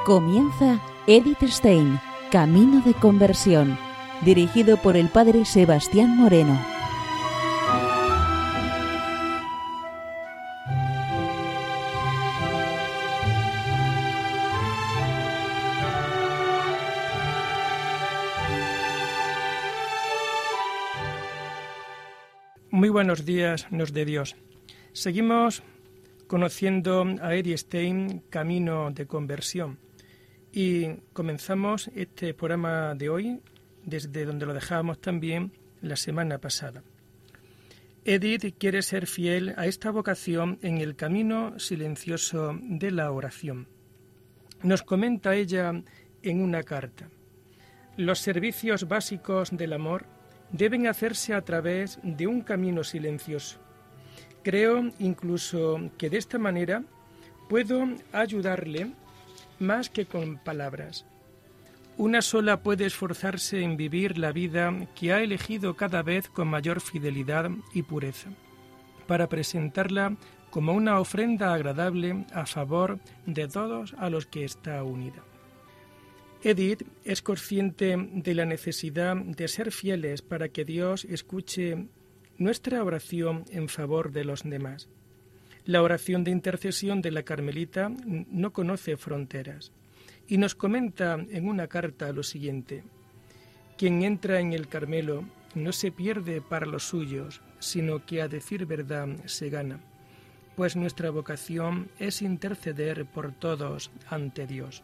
Comienza Edith Stein, Camino de Conversión, dirigido por el padre Sebastián Moreno. Muy buenos días, nos de Dios. Seguimos conociendo a Edith Stein, Camino de Conversión. Y comenzamos este programa de hoy desde donde lo dejábamos también la semana pasada. Edith quiere ser fiel a esta vocación en el camino silencioso de la oración. Nos comenta ella en una carta: los servicios básicos del amor deben hacerse a través de un camino silencioso. Creo incluso que de esta manera puedo ayudarle más que con palabras. Una sola puede esforzarse en vivir la vida que ha elegido cada vez con mayor fidelidad y pureza, para presentarla como una ofrenda agradable a favor de todos a los que está unida. Edith es consciente de la necesidad de ser fieles para que Dios escuche nuestra oración en favor de los demás. La oración de intercesión de la Carmelita no conoce fronteras y nos comenta en una carta lo siguiente: quien entra en el Carmelo no se pierde para los suyos, sino que a decir verdad se gana, pues nuestra vocación es interceder por todos ante Dios.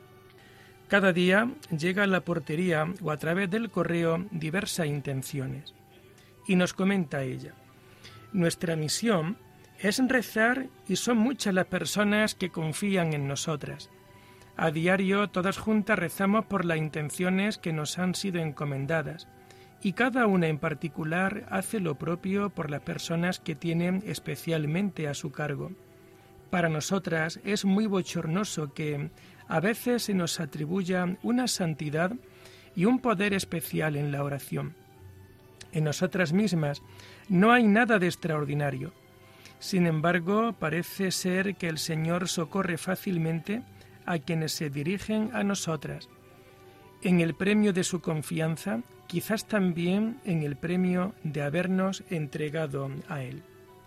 Cada día llega a la portería o a través del correo diversas intenciones. Y nos comenta ella: nuestra misión es rezar y son muchas las personas que confían en nosotras. A diario todas juntas rezamos por las intenciones que nos han sido encomendadas y cada una en particular hace lo propio por las personas que tienen especialmente a su cargo. Para nosotras es muy bochornoso que a veces se nos atribuya una santidad y un poder especial en la oración. En nosotras mismas no hay nada de extraordinario. Sin embargo, parece ser que el Señor socorre fácilmente a quienes se dirigen a nosotras. En el premio de su confianza, quizás también en el premio de habernos entregado a Él.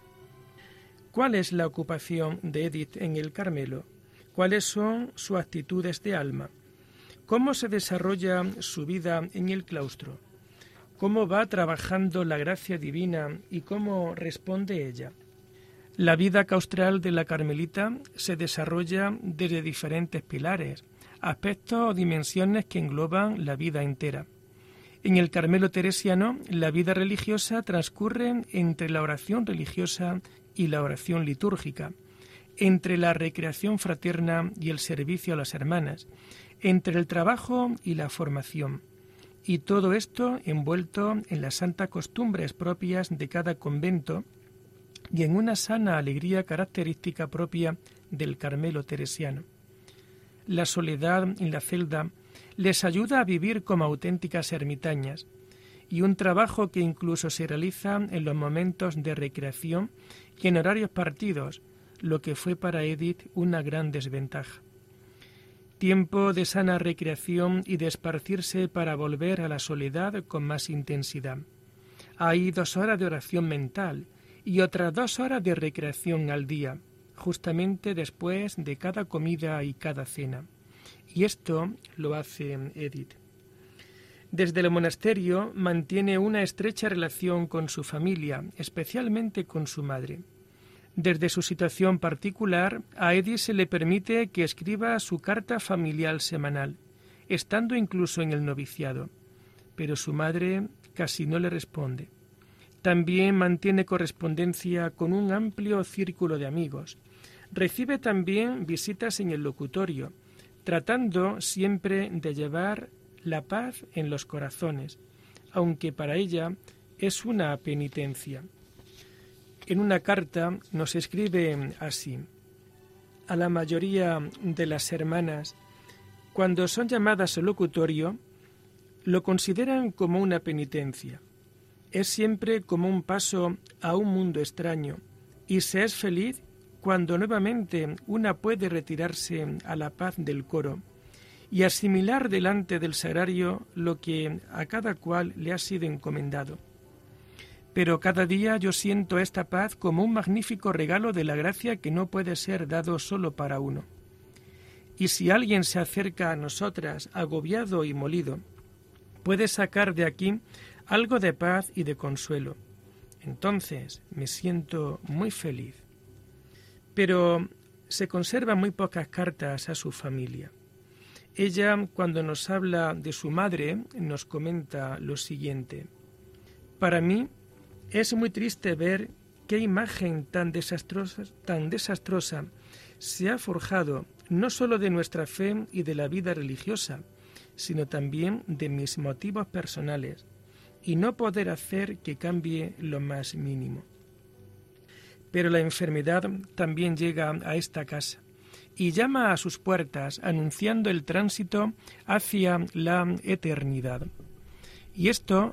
¿Cuál es la ocupación de Edith en el Carmelo? ¿Cuáles son sus actitudes de alma? ¿Cómo se desarrolla su vida en el claustro? ¿Cómo va trabajando la gracia divina y cómo responde ella? La vida claustral de la Carmelita se desarrolla desde diferentes pilares, aspectos o dimensiones que engloban la vida entera. En el Carmelo teresiano, la vida religiosa transcurre entre la oración religiosa y la oración litúrgica, entre la recreación fraterna y el servicio a las hermanas, entre el trabajo y la formación, y todo esto envuelto en las santas costumbres propias de cada convento y en una sana alegría característica propia del Carmelo teresiano. La soledad en la celda les ayuda a vivir como auténticas ermitañas, y un trabajo que incluso se realiza en los momentos de recreación y en horarios partidos, lo que fue para Edith una gran desventaja. Tiempo de sana recreación y de esparcirse para volver a la soledad con más intensidad. Hay 2 horas de oración mental y otras 2 horas de recreación al día, justamente después de cada comida y cada cena. Y esto lo hace Edith. Desde el monasterio mantiene una estrecha relación con su familia, especialmente con su madre. Desde su situación particular, a Edith se le permite que escriba su carta familiar semanal, estando incluso en el noviciado, pero su madre casi no le responde. También mantiene correspondencia con un amplio círculo de amigos. Recibe también visitas en el locutorio, tratando siempre de llevar la paz en los corazones, aunque para ella es una penitencia. En una carta nos escribe así: a la mayoría de las hermanas, cuando son llamadas al locutorio, lo consideran como una penitencia. Es siempre como un paso a un mundo extraño, y se es feliz cuando nuevamente una puede retirarse a la paz del coro y asimilar delante del sagrario lo que a cada cual le ha sido encomendado. Pero cada día yo siento esta paz como un magnífico regalo de la gracia que no puede ser dado solo para uno. Y si alguien se acerca a nosotras agobiado y molido, puede sacar de aquí algo de paz y de consuelo. Entonces me siento muy feliz. Pero se conservan muy pocas cartas a su familia. Ella, cuando nos habla de su madre, nos comenta lo siguiente: para mí es muy triste ver qué imagen tan desastrosa se ha forjado no solo de nuestra fe y de la vida religiosa, sino también de mis motivos personales, y no poder hacer que cambie lo más mínimo. Pero la enfermedad también llega a esta casa y llama a sus puertas anunciando el tránsito hacia la eternidad. Y esto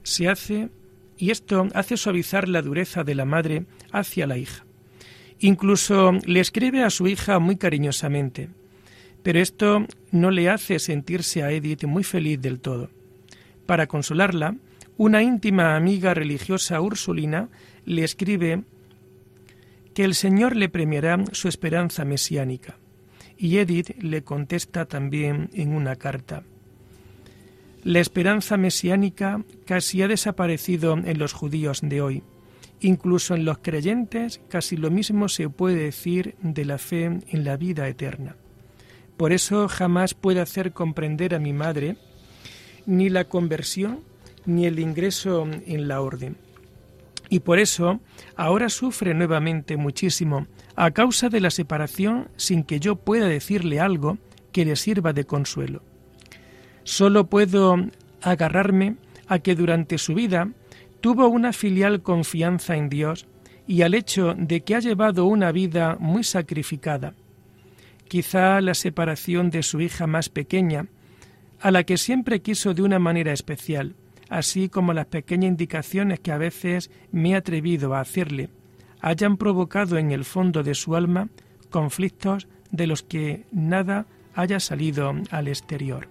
hace suavizar la dureza de la madre hacia la hija. Incluso le escribe a su hija muy cariñosamente, pero esto no le hace sentirse a Edith muy feliz del todo. Para consolarla, una íntima amiga religiosa ursulina le escribe que el Señor le premiará su esperanza mesiánica, y Edith le contesta también en una carta: la esperanza mesiánica casi ha desaparecido en los judíos de hoy. Incluso en los creyentes casi lo mismo se puede decir de la fe en la vida eterna. Por eso jamás puedo hacer comprender a mi madre ni la conversión ni el ingreso en la orden. Y por eso ahora sufre nuevamente muchísimo a causa de la separación sin que yo pueda decirle algo que le sirva de consuelo. Solo puedo agarrarme a que durante su vida tuvo una filial confianza en Dios y al hecho de que ha llevado una vida muy sacrificada. Quizá la separación de su hija más pequeña, a la que siempre quiso de una manera especial, así como las pequeñas indicaciones que a veces me he atrevido a hacerle, hayan provocado en el fondo de su alma conflictos de los que nada haya salido al exterior.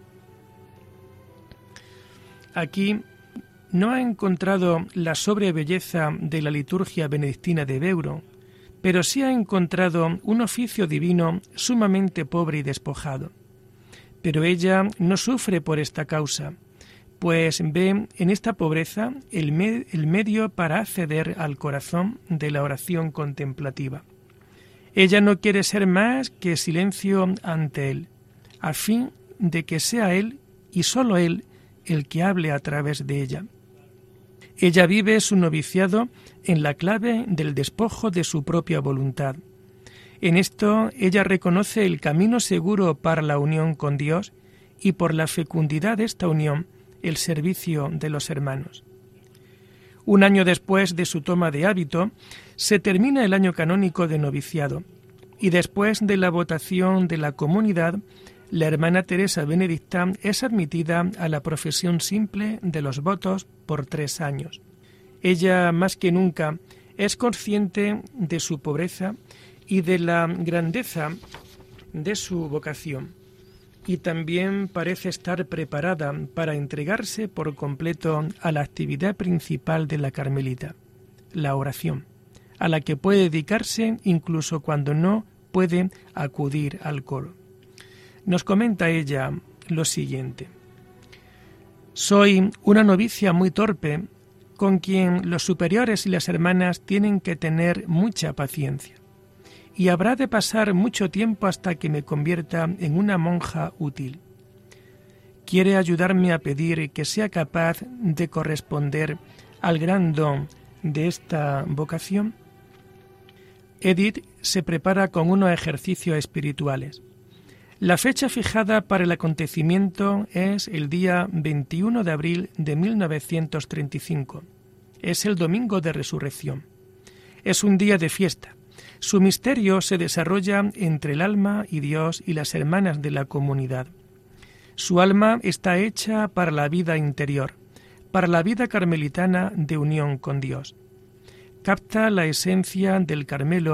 Aquí no ha encontrado la sobrebelleza de la liturgia benedictina de Beuron, pero sí ha encontrado un oficio divino sumamente pobre y despojado. Pero ella no sufre por esta causa, pues ve en esta pobreza el medio para acceder al corazón de la oración contemplativa. Ella no quiere ser más que silencio ante Él, a fin de que sea Él y sólo Él el que hable a través de ella. Ella vive su noviciado en la clave del despojo de su propia voluntad. En esto ella reconoce el camino seguro para la unión con Dios y por la fecundidad de esta unión el servicio de los hermanos. Un año después de su toma de hábito, se termina el año canónico de noviciado y después de la votación de la comunidad, la hermana Teresa Benedicta es admitida a la profesión simple de los votos por 3 años. Ella, más que nunca, es consciente de su pobreza y de la grandeza de su vocación, y también parece estar preparada para entregarse por completo a la actividad principal de la carmelita, la oración, a la que puede dedicarse incluso cuando no puede acudir al coro. Nos comenta ella lo siguiente: soy una novicia muy torpe con quien los superiores y las hermanas tienen que tener mucha paciencia, y habrá de pasar mucho tiempo hasta que me convierta en una monja útil. ¿Quiere ayudarme a pedir que sea capaz de corresponder al gran don de esta vocación? Edith se prepara con unos ejercicios espirituales. La fecha fijada para el acontecimiento es el día 21 de abril de 1935. Es el domingo de Resurrección. Es un día de fiesta. Su misterio se desarrolla entre el alma y Dios y las hermanas de la comunidad. Su alma está hecha para la vida interior, para la vida carmelitana de unión con Dios. Capta la esencia del Carmelo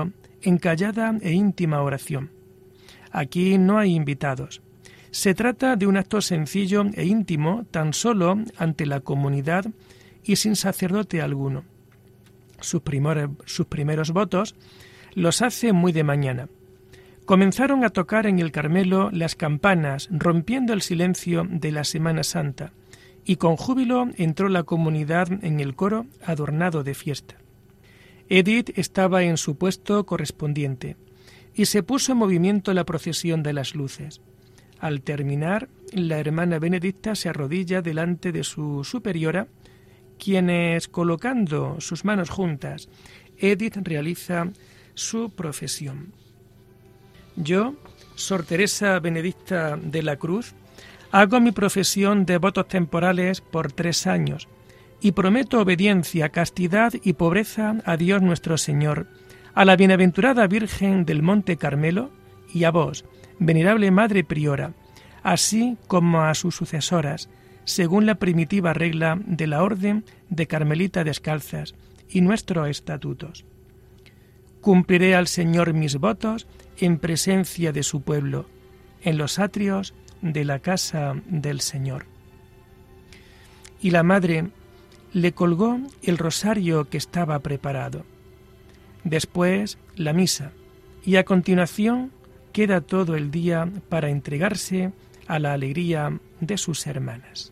en callada e íntima oración. Aquí no hay invitados. Se trata de un acto sencillo e íntimo, tan solo ante la comunidad y sin sacerdote alguno. Sus primeros votos los hace muy de mañana. Comenzaron a tocar en el Carmelo las campanas, rompiendo el silencio de la Semana Santa, y con júbilo entró la comunidad en el coro adornado de fiesta. Edith estaba en su puesto correspondiente, y se puso en movimiento la procesión de las luces. Al terminar, la hermana Benedicta se arrodilla delante de su superiora, quienes, colocando sus manos juntas, Edith realiza su profesión. Yo, Sor Teresa Benedicta de la Cruz, hago mi profesión de votos temporales por 3 años y prometo obediencia, castidad y pobreza a Dios nuestro Señor, a la bienaventurada Virgen del Monte Carmelo y a vos, venerable Madre Priora, así como a sus sucesoras, según la primitiva regla de la Orden de Carmelita Descalzas y nuestros estatutos. Cumpliré al Señor mis votos en presencia de su pueblo, en los atrios de la casa del Señor. Y la madre le colgó el rosario que estaba preparado. Después la misa, y a continuación queda todo el día para entregarse a la alegría de sus hermanas.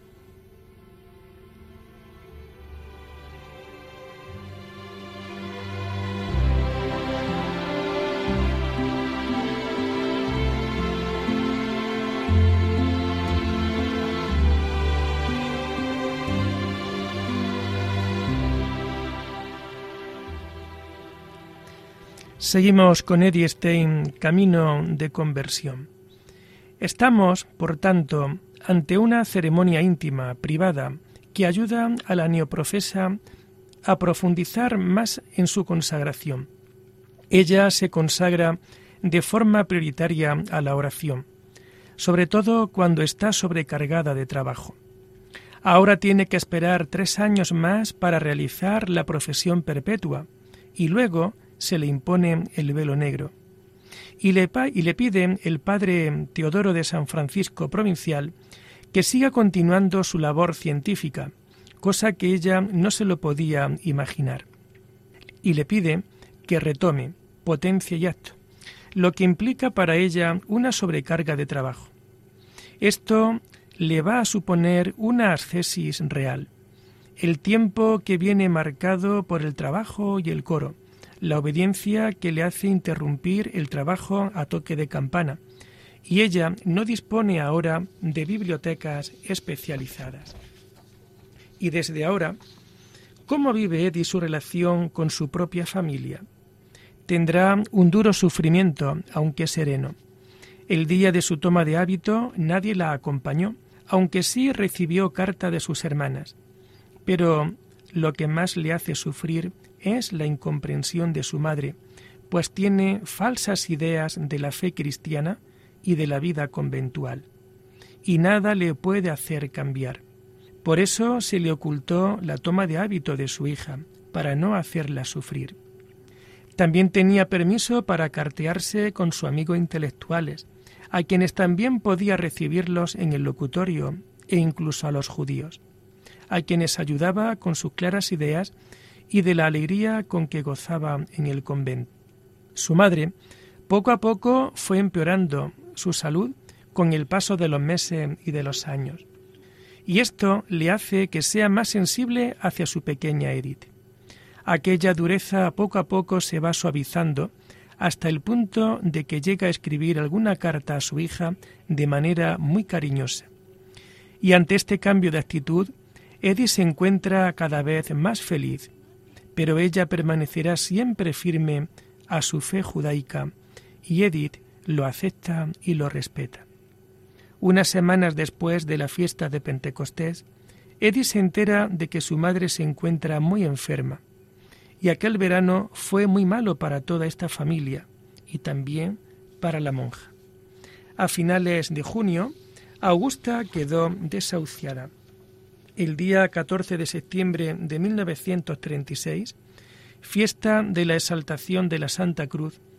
Seguimos con Edith Stein, Camino de Conversión. Estamos, por tanto, ante una ceremonia íntima, privada, que ayuda a la neoprofesa a profundizar más en su consagración. Ella se consagra de forma prioritaria a la oración, sobre todo cuando está sobrecargada de trabajo. Ahora tiene que esperar 3 años más para realizar la profesión perpetua y luego se le impone el velo negro. Y le pide el padre Teodoro de San Francisco Provincial que siga continuando su labor científica, cosa que ella no se lo podía imaginar. Y le pide que retome potencia y acto, lo que implica para ella una sobrecarga de trabajo. Esto le va a suponer una ascesis real, el tiempo que viene marcado por el trabajo y el coro, la obediencia que le hace interrumpir el trabajo a toque de campana, y ella no dispone ahora de bibliotecas especializadas. Y desde ahora, ¿cómo vive Edith su relación con su propia familia? Tendrá un duro sufrimiento, aunque sereno. El día de su toma de hábito nadie la acompañó, aunque sí recibió carta de sus hermanas. Pero lo que más le hace sufrir es la incomprensión de su madre, pues tiene falsas ideas de la fe cristiana y de la vida conventual, y nada le puede hacer cambiar. Por eso se le ocultó la toma de hábito de su hija, para no hacerla sufrir. También tenía permiso para cartearse con su amigo intelectuales, a quienes también podía recibirlos en el locutorio e incluso a los judíos, a quienes ayudaba con sus claras ideas y de la alegría con que gozaba en el convento. Su madre, poco a poco, fue empeorando su salud con el paso de los meses y de los años, y esto le hace que sea más sensible hacia su pequeña Edith. Aquella dureza poco a poco se va suavizando hasta el punto de que llega a escribir alguna carta a su hija de manera muy cariñosa. Y ante este cambio de actitud, Edith se encuentra cada vez más feliz, pero ella permanecerá siempre firme a su fe judaica, y Edith lo acepta y lo respeta. Unas semanas después de la fiesta de Pentecostés, Edith se entera de que su madre se encuentra muy enferma, y aquel verano fue muy malo para toda esta familia, y también para la monja. A finales de junio, Augusta quedó desahuciada. El día 14 de septiembre de 1936, fiesta de la exaltación de la Santa Cruz,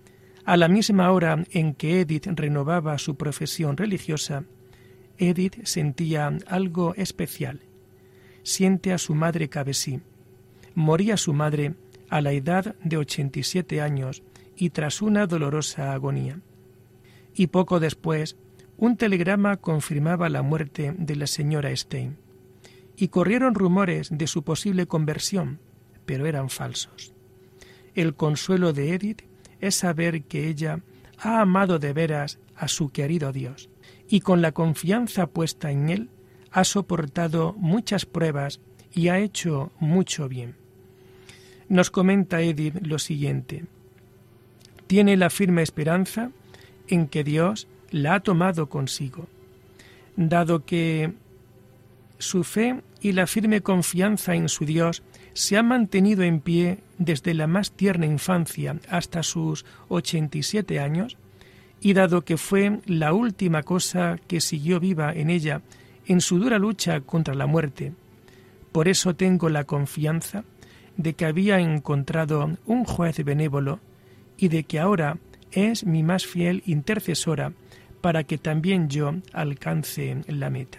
A la misma hora en que Edith renovaba su profesión religiosa, Edith sentía algo especial. Siente a su madre cabe sí. Moría su madre a la edad de 87 años y tras una dolorosa agonía. Y poco después, un telegrama confirmaba la muerte de la señora Stein. Y corrieron rumores de su posible conversión, pero eran falsos. El consuelo de Edith es saber que ella ha amado de veras a su querido Dios, y con la confianza puesta en Él ha soportado muchas pruebas y ha hecho mucho bien. Nos comenta Edith lo siguiente: tiene la firme esperanza en que Dios la ha tomado consigo, dado que su fe y la firme confianza en su Dios se han mantenido en pie desde la más tierna infancia hasta sus 87 años, y dado que fue la última cosa que siguió viva en ella en su dura lucha contra la muerte, por eso tengo la confianza de que había encontrado un juez benévolo y de que ahora es mi más fiel intercesora para que también yo alcance la meta.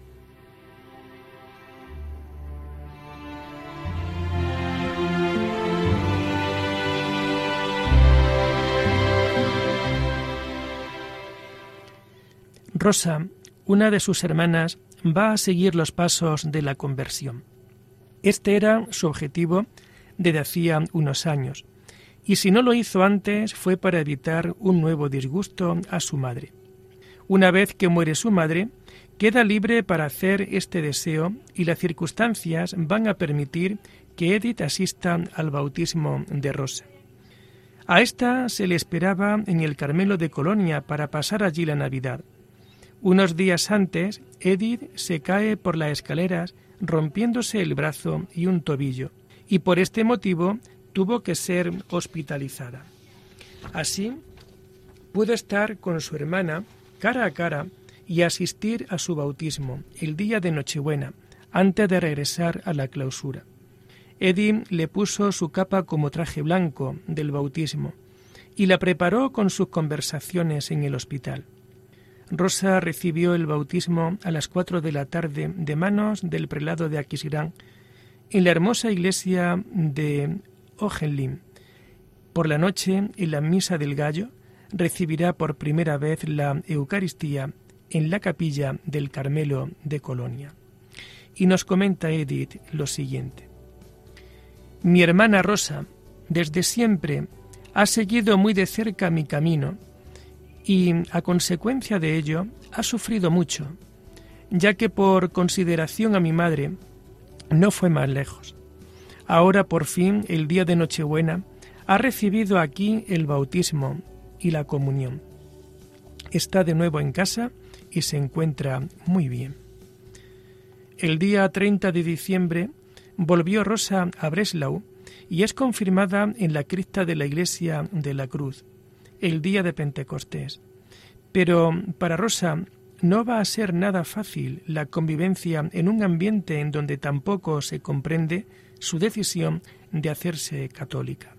Rosa, una de sus hermanas, va a seguir los pasos de la conversión. Este era su objetivo desde hacía unos años, y si no lo hizo antes fue para evitar un nuevo disgusto a su madre. Una vez que muere su madre, queda libre para hacer este deseo y las circunstancias van a permitir que Edith asista al bautismo de Rosa. A esta se le esperaba en el Carmelo de Colonia para pasar allí la Navidad. Unos días antes, Edith se cae por las escaleras rompiéndose el brazo y un tobillo, y por este motivo tuvo que ser hospitalizada. Así, pudo estar con su hermana cara a cara y asistir a su bautismo el día de Nochebuena, antes de regresar a la clausura. Edith le puso su capa como traje blanco del bautismo y la preparó con sus conversaciones en el hospital. Rosa recibió el bautismo a las 4 de la tarde de manos del prelado de Aquisgrán en la hermosa iglesia de Hohenlim. Por la noche, en la misa del gallo, recibirá por primera vez la Eucaristía en la capilla del Carmelo de Colonia. Y nos comenta Edith lo siguiente: mi hermana Rosa, desde siempre, ha seguido muy de cerca mi camino y, a consecuencia de ello, ha sufrido mucho, ya que por consideración a mi madre no fue más lejos. Ahora, por fin, el día de Nochebuena, ha recibido aquí el bautismo y la comunión. Está de nuevo en casa y se encuentra muy bien. El día 30 de diciembre volvió Rosa a Breslau y es confirmada en la cripta de la Iglesia de la Cruz, el día de Pentecostés. Pero para Rosa no va a ser nada fácil la convivencia en un ambiente en donde tampoco se comprende su decisión de hacerse católica.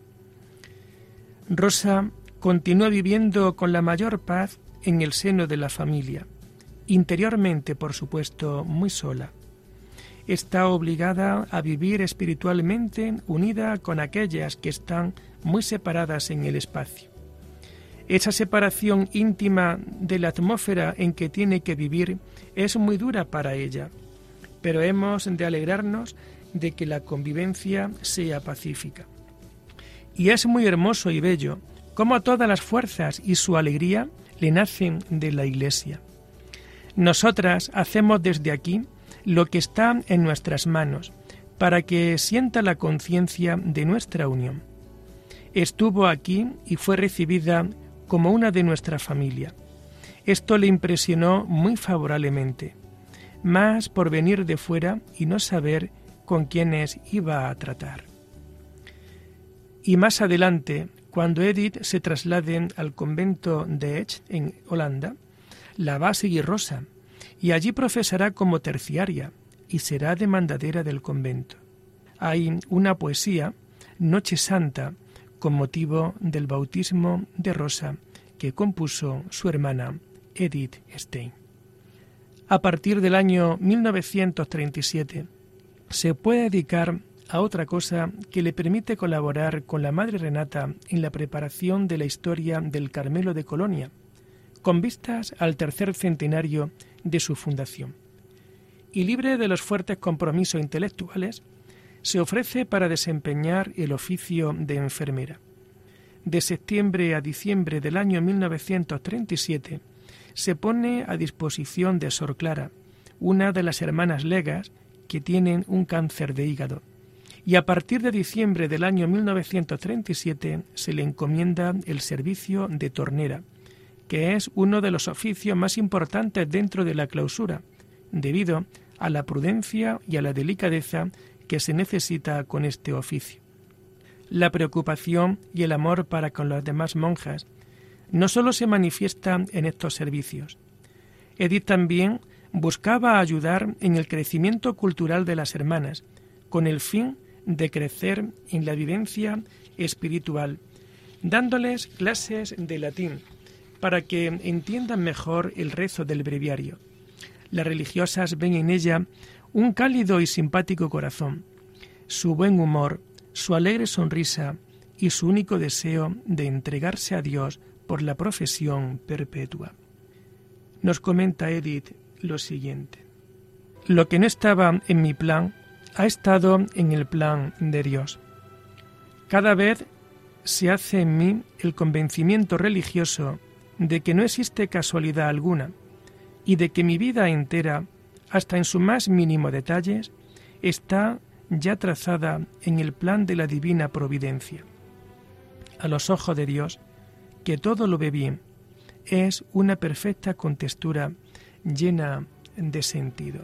Rosa continúa viviendo con la mayor paz en el seno de la familia, interiormente, por supuesto, muy sola. Está obligada a vivir espiritualmente unida con aquellas que están muy separadas en el espacio. Esa separación íntima de la atmósfera en que tiene que vivir es muy dura para ella, pero hemos de alegrarnos de que la convivencia sea pacífica. Y es muy hermoso y bello cómo todas las fuerzas y su alegría le nacen de la Iglesia. Nosotras hacemos desde aquí lo que está en nuestras manos para que sienta la conciencia de nuestra unión. Estuvo aquí y fue recibida como una de nuestra familia. Esto le impresionó muy favorablemente, más por venir de fuera y no saber con quiénes iba a tratar. Y más adelante, cuando Edith se traslade al convento de Echt, en Holanda, la va a seguir Rosa, y allí profesará como terciaria y será demandadera del convento. Hay una poesía, Noche Santa, con motivo del bautismo de Rosa que compuso su hermana Edith Stein. A partir del año 1937 se puede dedicar a otra cosa que le permite colaborar con la Madre Renata en la preparación de la historia del Carmelo de Colonia, con vistas al tercer centenario de su fundación. Y libre de los fuertes compromisos intelectuales, se ofrece para desempeñar el oficio de enfermera. De septiembre a diciembre del año 1937 se pone a disposición de Sor Clara, una de las hermanas Legas que tienen un cáncer de hígado, y a partir de diciembre del año 1937 se le encomienda el servicio de tornera, que es uno de los oficios más importantes dentro de la clausura, debido a la prudencia y a la delicadeza que se necesita con este oficio. La preocupación y el amor para con las demás monjas no solo se manifiestan en estos servicios. Edith también buscaba ayudar en el crecimiento cultural de las hermanas, con el fin de crecer en la vivencia espiritual, dándoles clases de latín para que entiendan mejor el rezo del breviario. Las religiosas ven en ella un cálido y simpático corazón, su buen humor, su alegre sonrisa y su único deseo de entregarse a Dios por la profesión perpetua. Nos comenta Edith lo siguiente: lo que no estaba en mi plan ha estado en el plan de Dios. Cada vez se hace en mí el convencimiento religioso de que no existe casualidad alguna y de que mi vida entera, hasta en sus más mínimos detalles, está ya trazada en el plan de la divina providencia. A los ojos de Dios, que todo lo ve bien, es una perfecta contextura llena de sentido.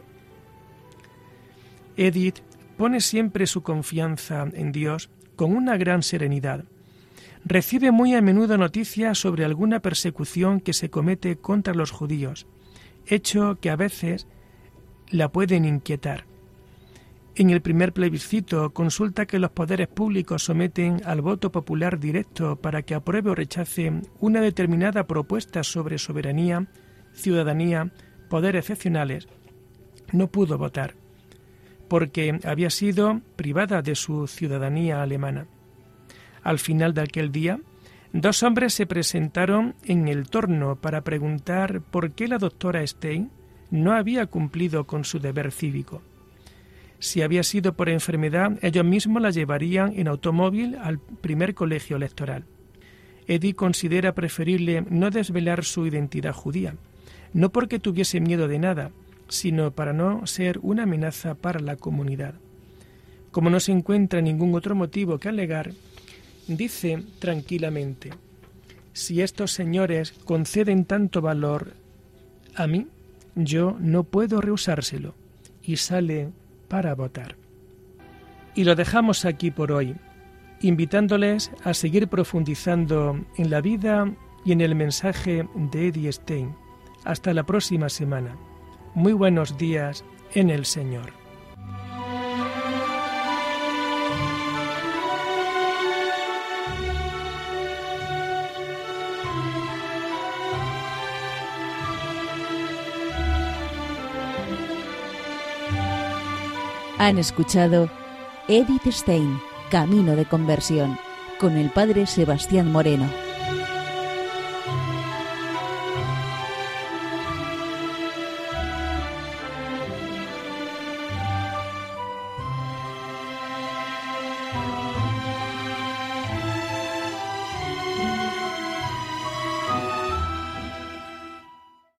Edith pone siempre su confianza en Dios con una gran serenidad. Recibe muy a menudo noticias sobre alguna persecución que se comete contra los judíos, hecho que a veces la pueden inquietar. En el primer plebiscito consulta que los poderes públicos someten al voto popular directo para que apruebe o rechace una determinada propuesta sobre soberanía, ciudadanía, poderes excepcionales. No pudo votar, porque había sido privada de su ciudadanía alemana. Al final de aquel día, 2 hombres se presentaron en el torno para preguntar por qué la doctora Stein no había cumplido con su deber cívico. Si había sido por enfermedad, ellos mismos la llevarían en automóvil al primer colegio electoral. Edith considera preferible no desvelar su identidad judía, no porque tuviese miedo de nada, sino para no ser una amenaza para la comunidad. Como no se encuentra ningún otro motivo que alegar, dice tranquilamente: si estos señores conceden tanto valor a mí, yo no puedo rehusárselo, y sale para votar. Y lo dejamos aquí por hoy, invitándoles a seguir profundizando en la vida y en el mensaje de Edith Stein. Hasta la próxima semana. Muy buenos días en el Señor. Han escuchado Edith Stein, Camino de Conversión, con el Padre Sebastián Moreno.